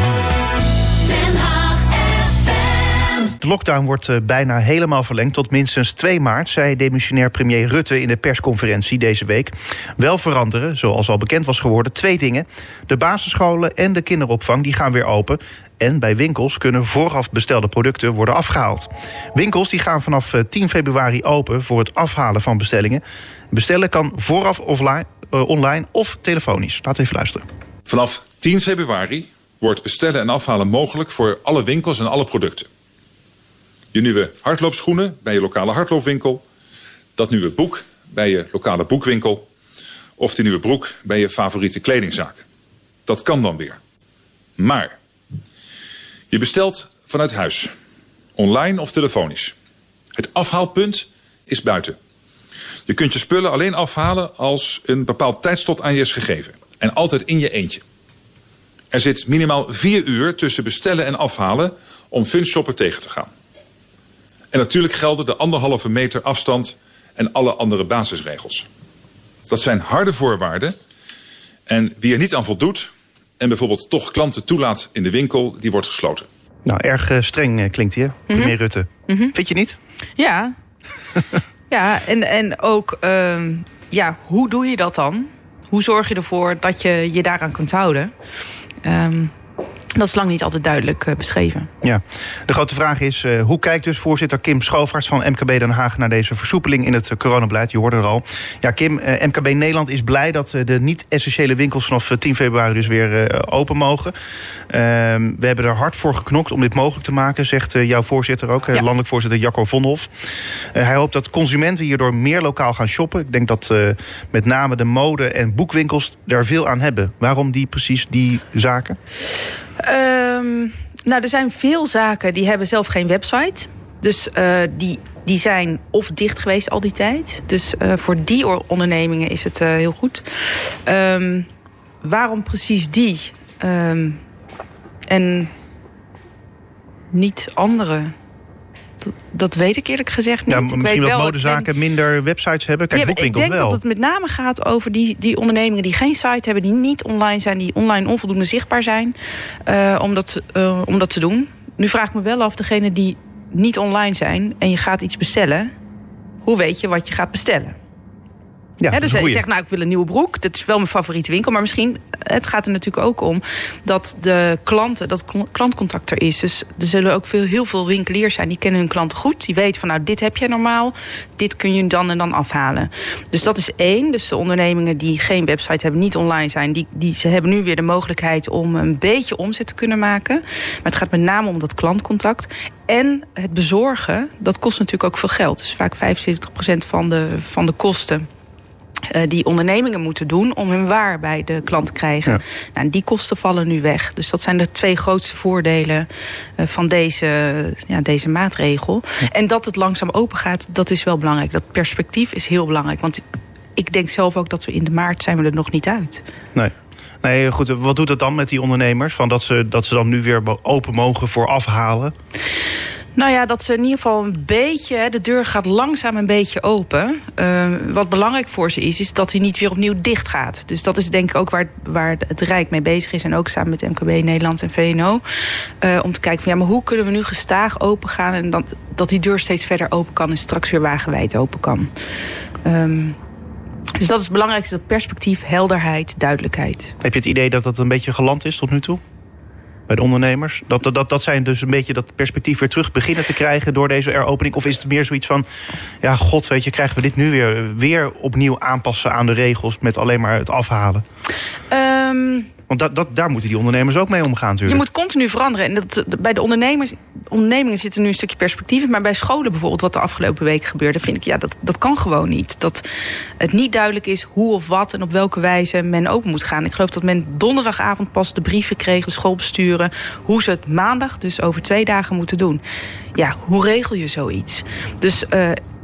Den Haag F M. De lockdown wordt uh, bijna helemaal verlengd tot minstens twee maart... zei demissionair premier Rutte in de persconferentie deze week. Wel veranderen, zoals al bekend was geworden, twee dingen. De basisscholen en de kinderopvang die gaan weer open... En bij winkels kunnen vooraf bestelde producten worden afgehaald. Winkels die gaan vanaf tien februari open voor het afhalen van bestellingen. Bestellen kan vooraf offline, uh, online of telefonisch. Laten we even luisteren. Vanaf tien februari wordt bestellen en afhalen mogelijk voor alle winkels en alle producten. Je nieuwe hardloopschoenen bij je lokale hardloopwinkel. Dat nieuwe boek bij je lokale boekwinkel. Of die nieuwe broek bij je favoriete kledingzaak. Dat kan dan weer. Maar je bestelt vanuit huis, online of telefonisch. Het afhaalpunt is buiten. Je kunt je spullen alleen afhalen als een bepaald tijdslot aan je is gegeven. En altijd in je eentje. Er zit minimaal vier uur tussen bestellen en afhalen om funshopper tegen te gaan. En natuurlijk gelden de anderhalve meter afstand en alle andere basisregels. Dat zijn harde voorwaarden. En wie er niet aan voldoet en bijvoorbeeld toch klanten toelaat in de winkel, die wordt gesloten. Nou, erg uh, streng uh, klinkt hij, hè, premier mm-hmm. Rutte. Mm-hmm. Vind je niet? Ja. ja, en, en ook, uh, ja, hoe doe je dat dan? Hoe zorg je ervoor dat je je daaraan kunt houden? Um, Dat is lang niet altijd duidelijk uh, beschreven. Ja, de grote vraag is, uh, hoe kijkt dus voorzitter Kim Schoofaerts van M K B Den Haag naar deze versoepeling in het uh, coronabeleid? Je hoorde er al. Ja, Kim, uh, M K B Nederland is blij dat uh, de niet-essentiële winkels vanaf uh, tien februari dus weer uh, open mogen. Uh, we hebben er hard voor geknokt om dit mogelijk te maken, zegt uh, jouw voorzitter ook, uh, ja. landelijk voorzitter Jacco Vonhoff. Uh, hij hoopt dat consumenten hierdoor meer lokaal gaan shoppen. Ik denk dat uh, met name de mode- en boekwinkels daar veel aan hebben. Waarom die precies die zaken? Um, nou, er zijn veel zaken die hebben zelf geen website. Dus uh, die, die zijn of dicht geweest al die tijd. Dus uh, voor die ondernemingen is het uh, heel goed. Um, waarom precies die? Um, en niet andere? Dat, dat weet ik eerlijk gezegd niet. Ja, ik misschien weet dat wel, modezaken weet... minder websites hebben. Kijk, ja, boekwinkels wel. Ik denk wel. dat het met name gaat over die, die ondernemingen die geen site hebben, die niet online zijn, die online onvoldoende zichtbaar zijn, uh, om, dat, uh, om dat te doen. Nu vraag ik me wel af, degene die niet online zijn en je gaat iets bestellen, hoe weet je wat je gaat bestellen? Ja, He, dus je zegt, nou, ik wil een nieuwe broek. Dat is wel mijn favoriete winkel. Maar misschien, het gaat er natuurlijk ook om dat de klanten, dat klantcontact er is. Dus er zullen ook veel, heel veel winkeliers zijn die kennen hun klanten goed. Die weten van, nou, dit heb je normaal. Dit kun je dan en dan afhalen. Dus dat is één. Dus de ondernemingen die geen website hebben, niet online zijn, die, die, ze hebben nu weer de mogelijkheid om een beetje omzet te kunnen maken. Maar het gaat met name om dat klantcontact. En het bezorgen, dat kost natuurlijk ook veel geld. Dus vaak vijfenzeventig procent van de, van de kosten Uh, die ondernemingen moeten doen om hun waar bij de klant te krijgen. Ja. Nou, die kosten vallen nu weg. Dus dat zijn de twee grootste voordelen uh, van deze, ja, deze maatregel. Ja. En dat het langzaam open gaat, dat is wel belangrijk. Dat perspectief is heel belangrijk. Want ik denk zelf ook dat we in de maart zijn we er nog niet uit. Nee. Nee, goed. Wat doet het dan met die ondernemers? Van dat, ze, dat ze dan nu weer open mogen voor afhalen? Nou ja, dat ze in ieder geval een beetje, de deur gaat langzaam een beetje open. Uh, wat belangrijk voor ze is, is dat hij niet weer opnieuw dicht gaat. Dus dat is denk ik ook waar, waar het Rijk mee bezig is. En ook samen met M K B Nederland en V N O. Uh, om te kijken van, ja, maar hoe kunnen we nu gestaag open gaan en dan, dat die deur steeds verder open kan en straks weer wagenwijd open kan. Um, dus dat is het belangrijkste, perspectief, helderheid, duidelijkheid. Heb je het idee dat dat een beetje geland is tot nu toe? Bij de ondernemers? Dat, dat, dat, dat zijn dus een beetje dat perspectief weer terug beginnen te krijgen door deze heropening? Of is het meer zoiets van, ja, god, weet je, krijgen we dit nu weer, weer opnieuw aanpassen aan de regels met alleen maar het afhalen? Um, Want dat, dat, daar moeten die ondernemers ook mee omgaan natuurlijk. Je moet continu veranderen. En dat, bij de ondernemers, ondernemingen zit er nu een stukje perspectief in. Maar bij scholen bijvoorbeeld, wat de afgelopen week gebeurde, vind ik, ja, dat, dat kan gewoon niet. Dat het niet duidelijk is hoe of wat en op welke wijze men open moet gaan. Ik geloof dat men donderdagavond pas de brieven kreeg, de schoolbesturen, hoe ze het maandag, dus over twee dagen, moeten doen. Ja, hoe regel je zoiets? Dus uh,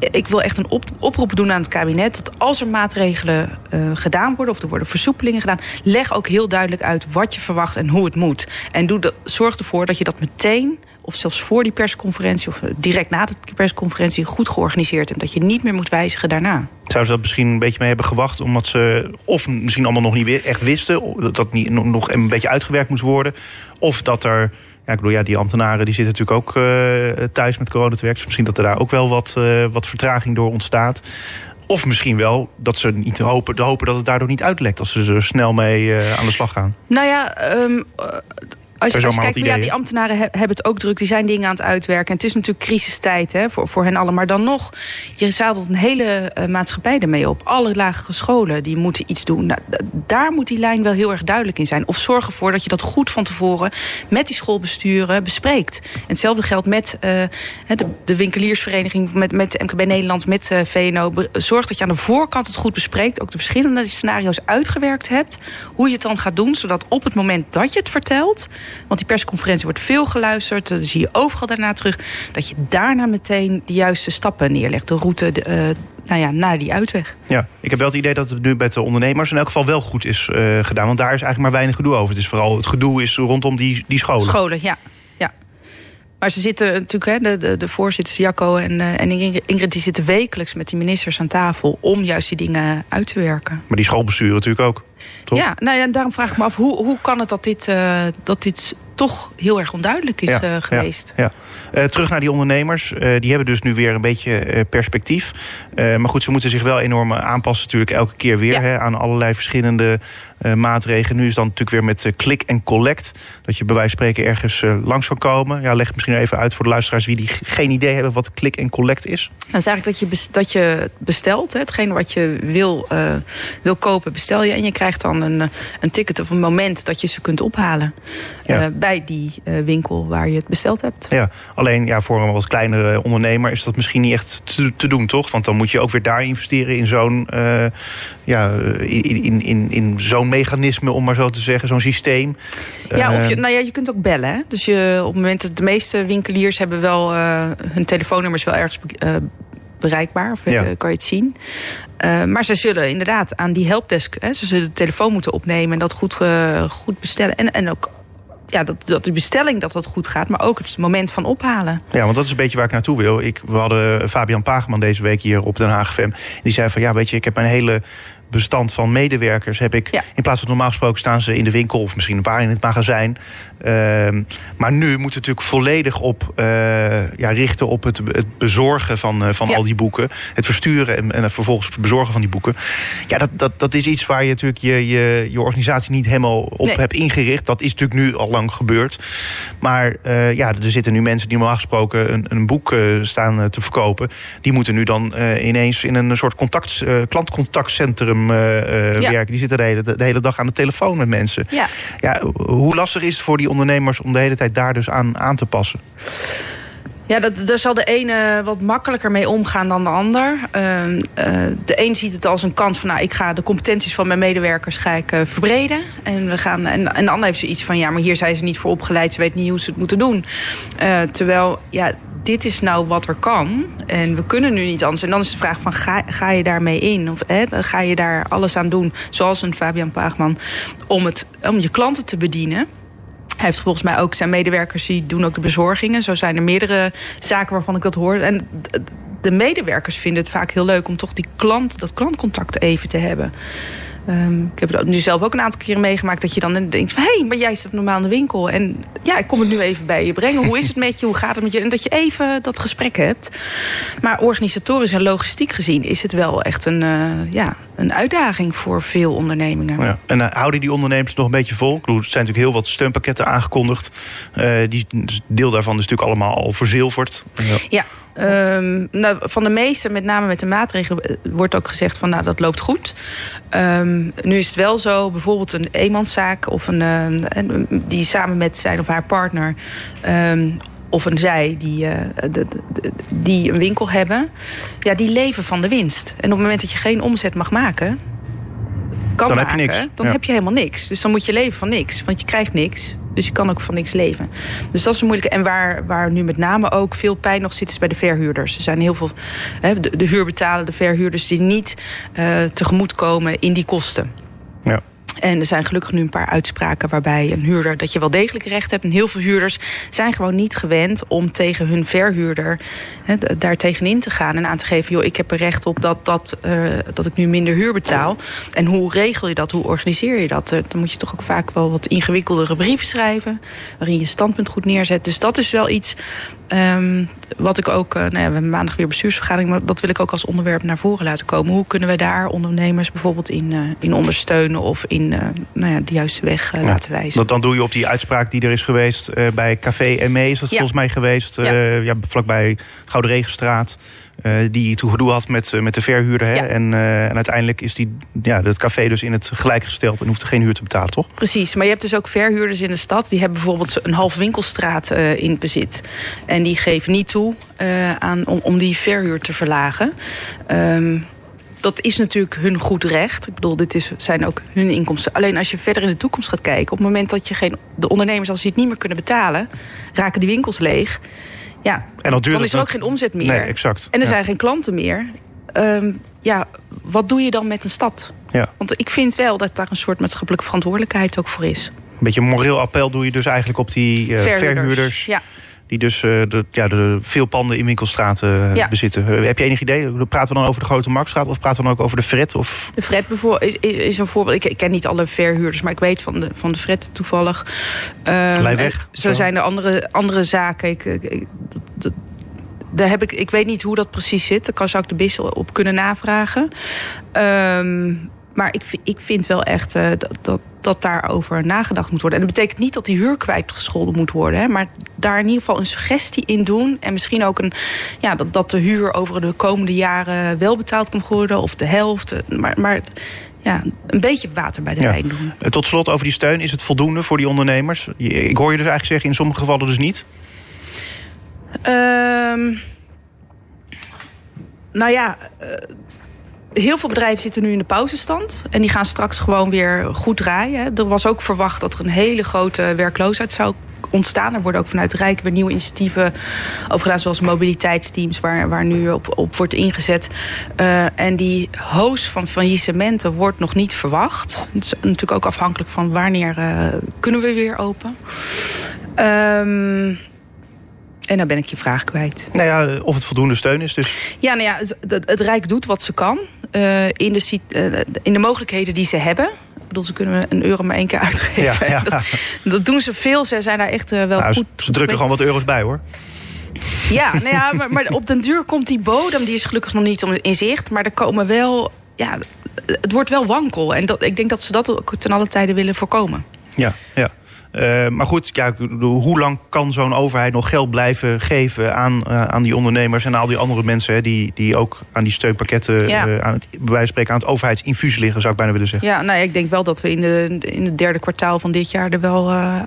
ik wil echt een op, oproep doen aan het kabinet, dat als er maatregelen uh, gedaan worden, of er worden versoepelingen gedaan, leg ook heel duidelijk uit wat je verwacht en hoe het moet. En doe de, zorg ervoor dat je dat meteen, of zelfs voor die persconferentie, of direct na de persconferentie, goed georganiseerd hebt. Dat je niet meer moet wijzigen daarna. Zouden ze dat misschien een beetje mee hebben gewacht, omdat ze of misschien allemaal nog niet echt wisten, dat dat niet, nog een beetje uitgewerkt moest worden, of dat er, ja, ik bedoel, ja, die ambtenaren die zitten natuurlijk ook uh, thuis met corona te werken, dus misschien dat er daar ook wel wat, uh, wat vertraging door ontstaat. Of misschien wel dat ze niet hopen, hopen dat het daardoor niet uitlekt als ze er snel mee uh, aan de slag gaan. Nou ja, um, uh, Als je, als je kijkt, ja, die ambtenaren he, hebben het ook druk. Die zijn dingen aan het uitwerken. En het is natuurlijk crisistijd, hè, voor, voor hen allen. Maar dan nog, je zadelt een hele uh, maatschappij ermee op. Alle lagere scholen, die moeten iets doen. Nou, daar moet die lijn wel heel erg duidelijk in zijn. Of zorg ervoor dat je dat goed van tevoren met die schoolbesturen bespreekt. En hetzelfde geldt met uh, de, de winkeliersvereniging, met, met M K B Nederland, met uh, V N O. Zorg dat je aan de voorkant het goed bespreekt. Ook de verschillende scenario's uitgewerkt hebt. Hoe je het dan gaat doen, zodat op het moment dat je het vertelt, want die persconferentie wordt veel geluisterd, dan zie je overal daarna terug, dat je daarna meteen de juiste stappen neerlegt. De route de, uh, nou ja, naar die uitweg. Ja, ik heb wel het idee dat het nu met de ondernemers in elk geval wel goed is uh, gedaan. Want daar is eigenlijk maar weinig gedoe over. Het is vooral het gedoe is rondom die, die scholen. Scholen, ja. ja. Maar ze zitten natuurlijk, hè, de, de, de voorzitters Jacco en, uh, en Ingrid, die zitten wekelijks met die ministers aan tafel om juist die dingen uit te werken. Maar die schoolbesturen natuurlijk ook, toch? Ja, nou ja, daarom vraag ik me af, hoe, hoe kan het dat dit, uh, dat dit toch heel erg onduidelijk is ja, uh, geweest. Ja, ja. Uh, terug naar die ondernemers. Uh, die hebben dus nu weer een beetje uh, perspectief. Uh, maar goed, ze moeten zich wel enorm aanpassen natuurlijk elke keer weer. Ja. Hè, aan allerlei verschillende uh, maatregelen. Nu is dan natuurlijk weer met uh, click en collect. Dat je bij wijze van spreken ergens uh, langs kan komen. Ja, leg het misschien even uit voor de luisteraars wie die geen idee hebben wat click en collect is. Dat is eigenlijk dat je, bes- dat je bestelt. Hè, hetgeen wat je wil, uh, wil kopen, bestel je. En je krijgt dan een, een ticket of een moment dat je ze kunt ophalen. Ja. Uh, bij die uh, winkel waar je het besteld hebt. Ja, alleen ja, voor een wat kleinere ondernemer is dat misschien niet echt te, te doen, toch? Want dan moet je ook weer daar investeren in zo'n uh, ja, in, in, in, in zo'n mechanisme, om maar zo te zeggen, zo'n systeem. Ja, of je, nou ja, je kunt ook bellen. Hè? Dus je, op het moment dat de meeste winkeliers hebben wel uh, hun telefoonnummers wel ergens uh, bereikbaar, of ja. kan je het zien. Uh, maar ze zullen inderdaad aan die helpdesk, hè, ze zullen de telefoon moeten opnemen en dat goed, uh, goed bestellen. En, en ook ja, dat, dat de bestelling dat dat goed gaat, maar ook het moment van ophalen. Ja, want dat is een beetje waar ik naartoe wil. Ik, we hadden Fabian Pageman deze week hier op Den Haag F M. Die zei van, ja, weet je, ik heb mijn hele bestand van medewerkers heb ik, ja. in plaats van normaal gesproken staan ze in de winkel of misschien een paar in het magazijn. Uh, maar nu moet het natuurlijk volledig op uh, ja, richten op het, het bezorgen van, uh, van ja. al die boeken. Het versturen en, en vervolgens het bezorgen van die boeken. Ja, dat, dat, dat is iets waar je natuurlijk je, je, je organisatie niet helemaal op nee. hebt ingericht. Dat is natuurlijk nu al lang gebeurd. Maar uh, ja, er zitten nu mensen die normaal gesproken een, een boek uh, staan uh, te verkopen. Die moeten nu dan uh, ineens in een soort contact, uh, klantcontactcentrum Uh, uh, ja. werken. Die zitten de hele, de hele dag aan de telefoon met mensen. Ja. Ja, hoe lastig is het voor die ondernemers om de hele tijd daar dus aan, aan te passen? Ja, dat, daar zal de ene wat makkelijker mee omgaan dan de ander. Uh, uh, de een ziet het als een kans van, nou, ik ga de competenties van mijn medewerkers ga ik, uh, verbreden. En, we gaan, en, en de ander heeft zoiets van, ja, maar hier zijn ze niet voor opgeleid. Ze weten niet hoe ze het moeten doen. Uh, terwijl, ja, dit is nou wat er kan. En we kunnen nu niet anders. En dan is de vraag van, ga, ga je daarmee in? Of hè, ga je daar alles aan doen, zoals een Fabian Pageman, om, het, om je klanten te bedienen? Hij heeft volgens mij ook zijn medewerkers, die doen ook de bezorgingen. Zo zijn er meerdere zaken waarvan ik dat hoor. En de medewerkers vinden het vaak heel leuk om toch die klant, dat klantcontact even te hebben. Um, ik heb het nu zelf ook een aantal keren meegemaakt dat je dan denkt van, hé, hey, maar jij zit normaal in de winkel en ja, ik kom het nu even bij je brengen. Hoe is het met je? Hoe gaat het met je? En dat je even dat gesprek hebt. Maar organisatorisch en logistiek gezien is het wel echt een, uh, ja, een uitdaging voor veel ondernemingen. Ja. En uh, houden die ondernemers nog een beetje vol? Ik bedoel, er zijn natuurlijk heel wat steunpakketten aangekondigd. Uh, die, deel daarvan is natuurlijk allemaal al verzilverd. Ja. ja. Um, nou, van de meeste, met name met de maatregelen, wordt ook gezegd van, nou, dat loopt goed. Um, nu is het wel zo, bijvoorbeeld een eenmanszaak of een, uh, die samen met zijn of haar partner, um, of een zij die, uh, de, de, die een winkel hebben, ja, die leven van de winst. En op het moment dat je geen omzet mag maken, kan dan maken, heb je niks. Dan ja. heb je helemaal niks. Dus dan moet je leven van niks, want je krijgt niks. Dus je kan ook van niks leven. Dus dat is een moeilijke. En waar, waar nu met name ook veel pijn nog zit, is bij de verhuurders. Er zijn heel veel, hè, de, de huurbetalen, de verhuurders die niet uh, tegemoetkomen in die kosten. Ja. En er zijn gelukkig nu een paar uitspraken waarbij een huurder dat je wel degelijk recht hebt. En heel veel huurders zijn gewoon niet gewend om tegen hun verhuurder he, daar tegenin te gaan en aan te geven, joh, ik heb er recht op dat, dat, uh, dat ik nu minder huur betaal. En hoe regel je dat? Hoe organiseer je dat? Dan moet je toch ook vaak wel wat ingewikkeldere brieven schrijven, waarin je standpunt goed neerzet. Dus dat is wel iets um, wat ik ook, uh, nou ja, we hebben maandag weer bestuursvergadering, maar dat wil ik ook als onderwerp naar voren laten komen. Hoe kunnen we daar ondernemers bijvoorbeeld in, uh, in ondersteunen of in Uh, nou ja, de juiste weg uh, ja, laten wijzen. Dat, dan doe je op die uitspraak die er is geweest uh, bij Café M E is dat ja. volgens mij geweest. Uh, ja. Ja, vlakbij Gouden Regenstraat. Uh, die toen gedoe had met, uh, met de verhuurder. Hè? Ja. En, uh, en uiteindelijk is die, ja, het café dus in het gelijk gesteld en hoeft er geen huur te betalen, toch? Precies, maar je hebt dus ook verhuurders in de stad. Die hebben bijvoorbeeld een half winkelstraat uh, in bezit. En die geven niet toe uh, aan, om, om die verhuur te verlagen. Um, Dat is natuurlijk hun goed recht. Ik bedoel, dit is, zijn ook hun inkomsten. Alleen als je verder in de toekomst gaat kijken, op het moment dat je geen, de ondernemers, als die het niet meer kunnen betalen, raken die winkels leeg. Ja, en dan, dan is er ook geen omzet meer. Nee, exact. En er ja. zijn geen klanten meer. Um, ja, wat doe je dan met een stad? Ja. Want ik vind wel dat daar een soort maatschappelijke verantwoordelijkheid ook voor is. Een beetje een moreel appel doe je dus eigenlijk op die uh, verhuurders. verhuurders. Ja. Die dus uh, de, ja, de veel panden in winkelstraten uh, ja. bezitten. Uh, heb je enig idee? Praten we dan over de Grote Marktstraat of praten we dan ook over de Fred? Of? De Fred bijvoorbeeld is, is, is een voorbeeld. Ik, ik ken niet alle verhuurders, maar ik weet van de, van de Fred toevallig. Um, Leijweg, zo, zo zijn er andere, andere zaken. Ik, ik, ik, dat, dat, daar heb ik, ik weet niet hoe dat precies zit. Daar kan, zou ik de B I S op kunnen navragen. Um, maar ik, ik vind wel echt uh, dat, dat, dat daarover nagedacht moet worden. En dat betekent niet dat die huur kwijtgescholden moet worden. Hè, maar daar in ieder geval een suggestie in doen. En misschien ook een, ja, dat, dat de huur over de komende jaren wel betaald kan worden. Of de helft. Maar, maar ja, een beetje water bij de wijn ja. doen. Tot slot over die steun. Is het voldoende voor die ondernemers? Ik hoor je dus eigenlijk zeggen, in sommige gevallen dus niet. Um, nou ja, Uh, heel veel bedrijven zitten nu in de pauzestand. En die gaan straks gewoon weer goed draaien. Er was ook verwacht dat er een hele grote werkloosheid zou ontstaan. Er worden ook vanuit Rijk weer nieuwe initiatieven over gedaan, zoals mobiliteitsteams, waar, waar nu op, op wordt ingezet. Uh, en die hoos van faillissementen wordt nog niet verwacht. Het is natuurlijk ook afhankelijk van wanneer uh, kunnen we weer open. Um, En dan ben ik je vraag kwijt. Nou ja, of het voldoende steun is dus. Ja, nou ja, het, het Rijk doet wat ze kan. Uh, in, de, uh, in de mogelijkheden die ze hebben. Ik bedoel, ze kunnen een euro maar één keer uitgeven. Ja, ja. Dat, dat doen ze veel. Ze zijn daar echt uh, wel nou, goed. Ze drukken gewoon wat euro's bij, hoor. Ja, nou ja, maar, maar op den duur komt die bodem. Die is gelukkig nog niet in zicht. Maar er komen wel, ja, het wordt wel wankel. En dat, ik denk dat ze dat ook ten alle tijde willen voorkomen. Ja, ja. Uh, maar goed, ja, hoe lang kan zo'n overheid nog geld blijven geven aan, uh, aan die ondernemers en al die andere mensen, hè, die, die ook aan die steunpakketten, ja. uh, aan het, bij wijze van spreken aan het overheidsinfuus liggen, zou ik bijna willen zeggen. Ja, nou ja, ik denk wel dat we in, de, in het derde kwartaal van dit jaar er wel uh,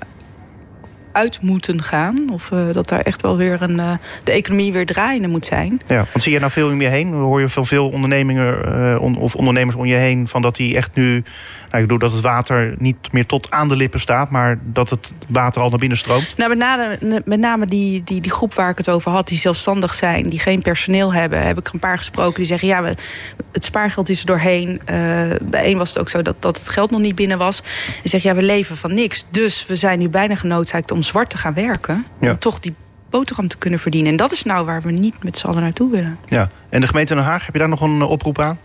uit moeten gaan. Of uh, dat daar echt wel weer een, uh, de economie weer draaiende moet zijn. Ja, want zie je nou veel om je heen? Hoor je van veel ondernemingen uh, on, of ondernemers om je heen van dat die echt nu, nou, ik bedoel dat het water niet meer tot aan de lippen staat, maar dat het water al naar binnen stroomt? Nou, met name, met name die, die, die groep waar ik het over had, die zelfstandig zijn, die geen personeel hebben, heb ik een paar gesproken die zeggen, ja, we, het spaargeld is er doorheen. Uh, bij één was het ook zo dat, dat het geld nog niet binnen was. En zeg, ja, we leven van niks. Dus we zijn nu bijna genoodzaakt om zwart te gaan werken. Ja. Om toch die boterham te kunnen verdienen. En dat is nou waar we niet met z'n allen naartoe willen. Ja. En de gemeente Den Haag, heb je daar nog een oproep aan?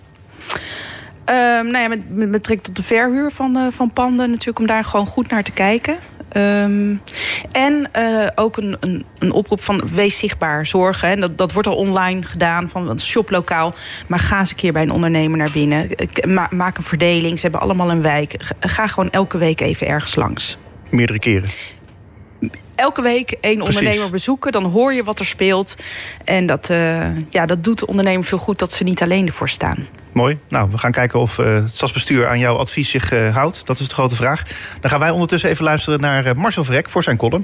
Uh, nou ja, met, met betrekking tot de verhuur van, uh, van panden natuurlijk, om daar gewoon goed naar te kijken. Um, en uh, ook een, een, een oproep van wees zichtbaar, zorgen. En dat, dat wordt al online gedaan, van een shoplokaal. Maar ga eens een keer bij een ondernemer naar binnen. Ma- maak een verdeling, ze hebben allemaal een wijk. Ga gewoon elke week even ergens langs. Meerdere keren? Elke week één ondernemer bezoeken, dan hoor je wat er speelt. En dat, uh, ja, dat doet de ondernemer veel goed, dat ze niet alleen ervoor staan. Mooi. Nou, we gaan kijken of uh, het stadsbestuur aan jouw advies zich uh, houdt. Dat is de grote vraag. Dan gaan wij ondertussen even luisteren naar uh, Marcel Vrek voor zijn column.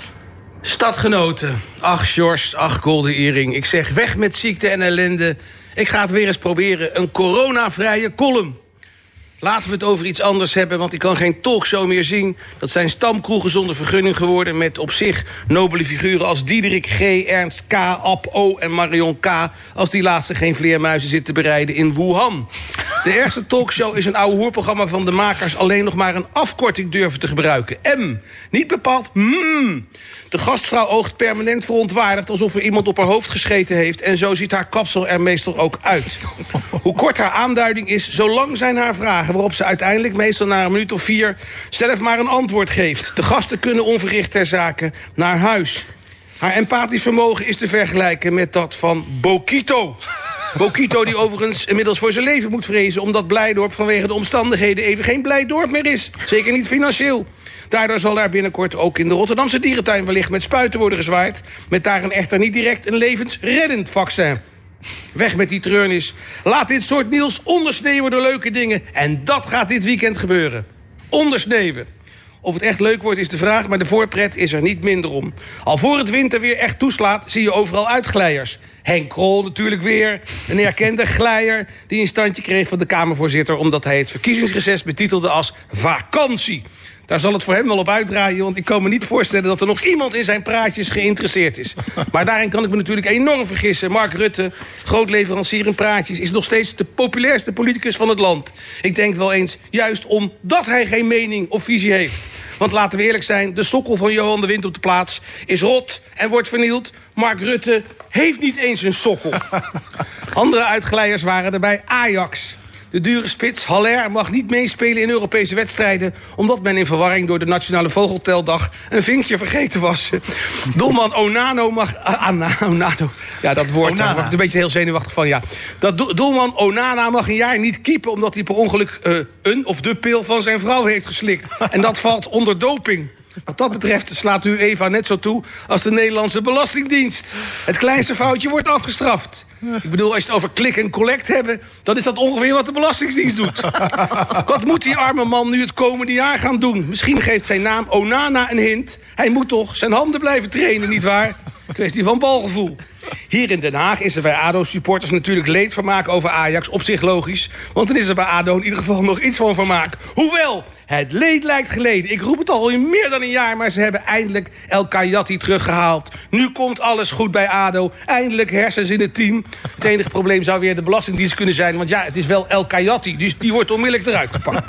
Stadgenoten, ach Sjors, ach Golden Earring. Ik zeg weg met ziekte en ellende. Ik ga het weer eens proberen, een coronavrije column. laten we het over iets anders hebben, want ik kan geen talkshow meer zien. Dat zijn stamkroegen zonder vergunning geworden, met op zich nobele figuren als Diederik G, Ernst K, Ab O en Marion K, als die laatste geen vleermuizen zit te bereiden in Wuhan. De ergste talkshow is een oude hoerprogramma van de makers alleen nog maar een afkorting durven te gebruiken. M. Niet bepaald mm. De gastvrouw oogt permanent verontwaardigd, alsof er iemand op haar hoofd gescheten heeft, en zo ziet haar kapsel er meestal ook uit. Hoe kort haar aanduiding is, zo lang zijn haar vragen, waarop ze uiteindelijk meestal na een minuut of vier zelf maar een antwoord geeft. De gasten kunnen onverricht ter zake naar huis. Haar empathisch vermogen is te vergelijken met dat van Bokito. Bokito die overigens inmiddels voor zijn leven moet vrezen, omdat Blijdorp vanwege de omstandigheden even geen Blijdorp meer is. Zeker niet financieel. Daardoor zal daar binnenkort ook in de Rotterdamse dierentuin wellicht met spuiten worden gezwaaid, met daarin echter niet direct een levensreddend vaccin. Weg met die treurnis. Laat dit soort nieuws ondersneeuwen door leuke dingen. En dat gaat dit weekend gebeuren. Ondersneeuwen. Of het echt leuk wordt is de vraag, maar de voorpret is er niet minder om. Al voor het winter weer echt toeslaat, zie je overal uitglijers. Henk Krol natuurlijk weer, een erkende glijer die een standje kreeg van de Kamervoorzitter, omdat hij het verkiezingsreces betitelde als vakantie. Daar zal het voor hem wel op uitdraaien, want ik kan me niet voorstellen dat er nog iemand in zijn praatjes geïnteresseerd is. Maar daarin kan ik me natuurlijk enorm vergissen. Mark Rutte, groot leverancier in praatjes, is nog steeds de populairste politicus van het land. Ik denk wel eens, juist omdat hij geen mening of visie heeft. Want laten we eerlijk zijn, de sokkel van Johan de Wind op de plaats is rot en wordt vernield. Mark Rutte heeft niet eens een sokkel. Andere uitglijers waren er bij Ajax. De dure spits Haller mag niet meespelen in Europese wedstrijden, omdat men in verwarring door de Nationale Vogelteldag een vinkje vergeten was. Doelman Onano mag... Ah, Onano. Ja, dat woord, daar word ik een beetje heel zenuwachtig van, ja. Dat do- doelman Onana mag een jaar niet keepen, omdat hij per ongeluk uh, een of de pil van zijn vrouw heeft geslikt. En dat valt onder doping. Wat dat betreft slaat u Eva net zo toe als de Nederlandse Belastingdienst. Het kleinste foutje wordt afgestraft. Ik bedoel, als je het over click en collect hebben, dan is dat ongeveer wat de Belastingdienst doet. Wat moet die arme man nu het komende jaar gaan doen? Misschien geeft zijn naam Onana een hint. Hij moet toch zijn handen blijven trainen, nietwaar? Kwestie van balgevoel. Hier in Den Haag is er bij ADO-supporters natuurlijk leedvermaak over Ajax. Op zich logisch, want dan is er bij ADO in ieder geval nog iets van vermaak. Hoewel, het leed lijkt geleden. Ik roep het al in meer dan een jaar, maar ze hebben eindelijk El Kayati teruggehaald. Nu komt alles goed bij ADO. Eindelijk hersens in het team. Het enige probleem zou weer de Belastingdienst kunnen zijn, want ja, het is wel El Kayati, dus die wordt onmiddellijk eruit gepakt.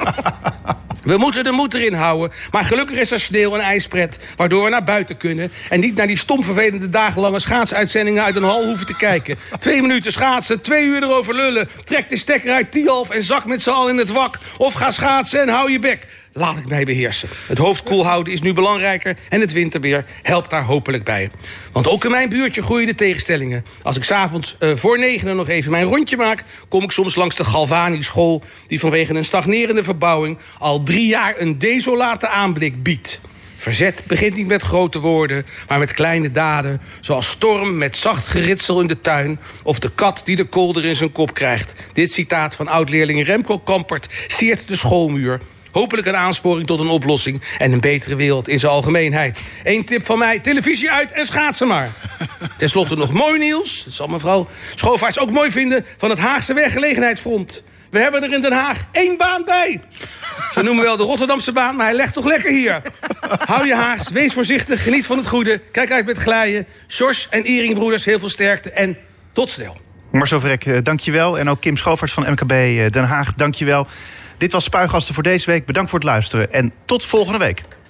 We moeten de moed erin houden, maar gelukkig is er sneeuw en ijspret, waardoor we naar buiten kunnen en niet naar die stom vervelende dagenlange schaatsuitzendingen uit een hal hoeven te kijken. Twee minuten schaatsen, twee uur erover lullen, trek de stekker uit Tialf en zak met z'n allen in het wak, of ga schaatsen en hou je bek. Laat ik mij beheersen. Het hoofd koel houden is nu belangrijker en het winterweer helpt daar hopelijk bij. Want ook in mijn buurtje groeien de tegenstellingen. Als ik 's avonds uh, voor negenen nog even mijn rondje maak, kom ik soms langs de Galvani-school, die vanwege een stagnerende verbouwing al drie jaar een desolate aanblik biedt. Verzet begint niet met grote woorden, maar met kleine daden, zoals storm met zacht geritsel in de tuin, of de kat die de kolder in zijn kop krijgt. Dit citaat van oud-leerling Remco Kampert siert de schoolmuur. Hopelijk een aansporing tot een oplossing en een betere wereld in zijn algemeenheid. Eén tip van mij, televisie uit en schaatsen maar. Ten slotte nog mooi nieuws, dat zal mevrouw Schoofaerts ook mooi vinden, van het Haagse Werkgelegenheidsfonds. We hebben er in Den Haag één baan bij. Ze noemen wel de Rotterdamse baan, maar hij legt toch lekker hier. Hou je Haags, wees voorzichtig, geniet van het goede. Kijk uit met glijden. Sjors en Ieringbroeders, heel veel sterkte en tot snel. Marcel Vrek, dankjewel. En ook Kim Schoofaerts van M K B Den Haag, dankjewel. Dit was Spuigasten voor deze week. Bedankt voor het luisteren en tot volgende week.